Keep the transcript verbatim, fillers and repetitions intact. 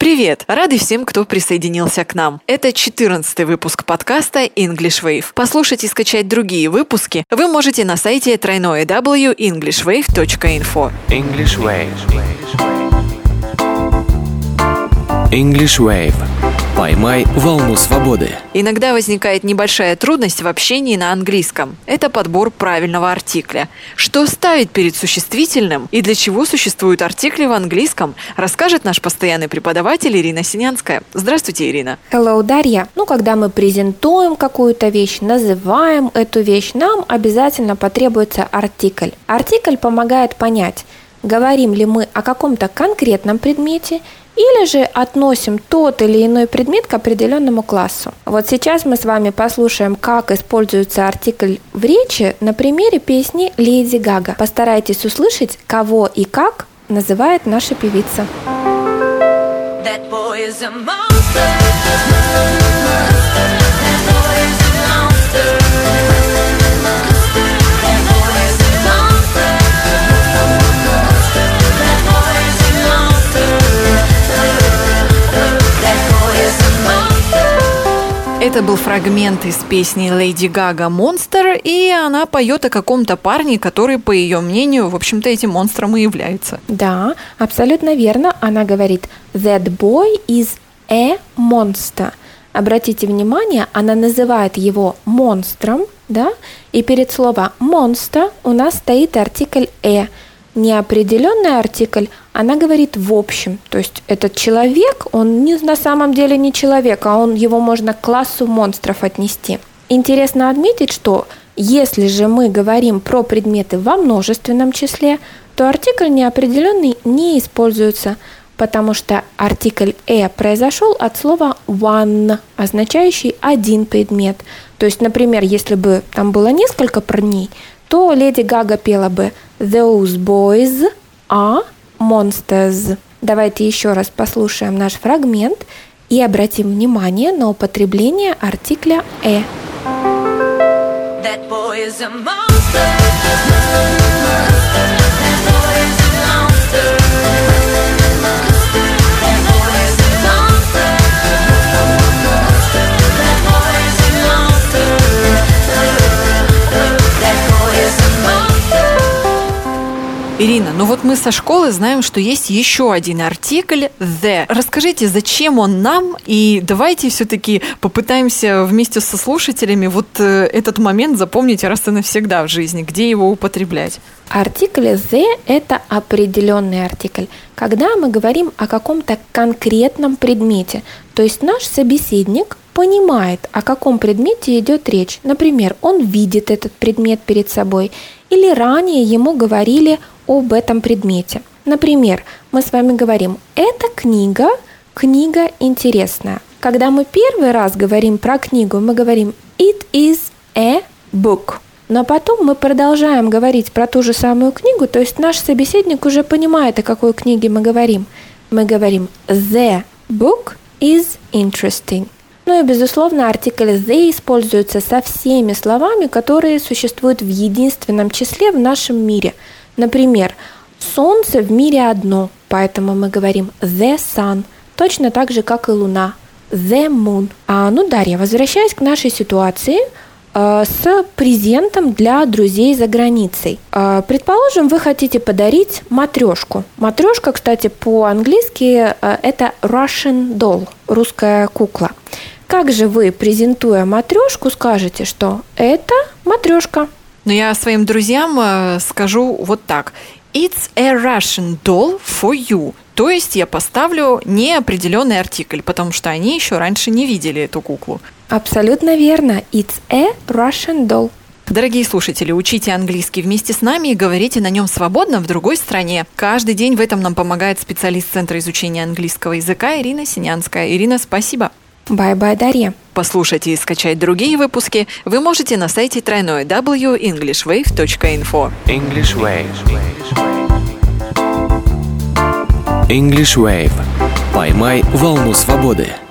Привет! Рады всем, кто присоединился к нам. Это четырнадцатый выпуск подкаста English Wave. Послушать и скачать другие выпуски вы можете на сайте дабл ю дабл ю дабл ю точка инглиш вейв точка инфо. English Wave. English Wave. Поймай волну свободы. Иногда возникает небольшая трудность в общении на английском. Это подбор правильного артикля. Что ставить перед существительным и для чего существуют артикли в английском, расскажет наш постоянный преподаватель Ирина Синянская. Здравствуйте, Ирина. Hello, Дарья. Ну, когда мы презентуем какую-то вещь, называем эту вещь, нам обязательно потребуется артикль. Артикль помогает понять, говорим ли мы о каком-то конкретном предмете или же относим тот или иной предмет к определенному классу. Вот сейчас мы с вами послушаем, как используется артикль в речи на примере песни Леди Гага. Постарайтесь услышать, кого и как называет наша певица. That boy is a monster. Это был фрагмент из песни Леди Гага «Монстр», и она поет о каком-то парне, который, по ее мнению, в общем-то, этим монстром и является. Да, абсолютно верно. Она говорит «That boy is a monster». Обратите внимание, она называет его монстром, да, и перед словом «monster» у нас стоит артикль «a». Неопределенный артикль, она говорит в общем, то есть этот человек, он не, на самом деле не человек, а он, его можно к классу монстров отнести. Интересно отметить, что если же мы говорим про предметы во множественном числе, то артикль неопределенный не используется, потому что артикль «э» произошел от слова one, означающий один предмет. То есть, например, если бы там было несколько парней, то Леди Гага пела бы «Those boys are monsters». Давайте еще раз послушаем наш фрагмент и обратим внимание на употребление артикля «э». That boy is a monster. Ирина, ну вот мы со школы знаем, что есть еще один артикль «the». Расскажите, зачем он нам, и давайте все-таки попытаемся вместе со слушателями вот этот момент запомнить раз и навсегда в жизни, где его употреблять. Артикль «the» – это определенный артикль, когда мы говорим о каком-то конкретном предмете, то есть наш собеседник понимает, о каком предмете идет речь. Например, он видит этот предмет перед собой, или ранее ему говорили об этом предмете. Например, мы с вами говорим «эта книга, книга интересная». Когда мы первый раз говорим про книгу, мы говорим «it is a book». Но потом мы продолжаем говорить про ту же самую книгу, то есть наш собеседник уже понимает, о какой книге мы говорим. Мы говорим «the book is interesting». Ну и, безусловно, артикль «the» используется со всеми словами, которые существуют в единственном числе в нашем мире. Например, солнце в мире одно, поэтому мы говорим «the sun», точно так же, как и луна, «the moon». А, ну, Дарья, возвращаясь к нашей ситуации э, с презентом для друзей за границей. Э, предположим, вы хотите подарить матрешку. Матрешка, кстати, по-английски э, это Russian doll, русская кукла. Как же вы, презентуя матрешку, скажете, что это матрешка? Но я своим друзьям э, скажу вот так. It's a Russian doll for you. То есть я поставлю неопределенный артикль, потому что они еще раньше не видели эту куклу. Абсолютно верно. It's a Russian doll. Дорогие слушатели, учите английский вместе с нами и говорите на нем свободно в другой стране. Каждый день в этом нам помогает специалист Центра изучения английского языка Ирина Синянская. Ирина, спасибо. Бай-бай, Дарья. Послушать и скачать другие выпуски вы можете на сайте дабл ю дабл ю дабл ю точка инглиш вейв точка инфо. English Wave. English Wave. Поймай волну свободы.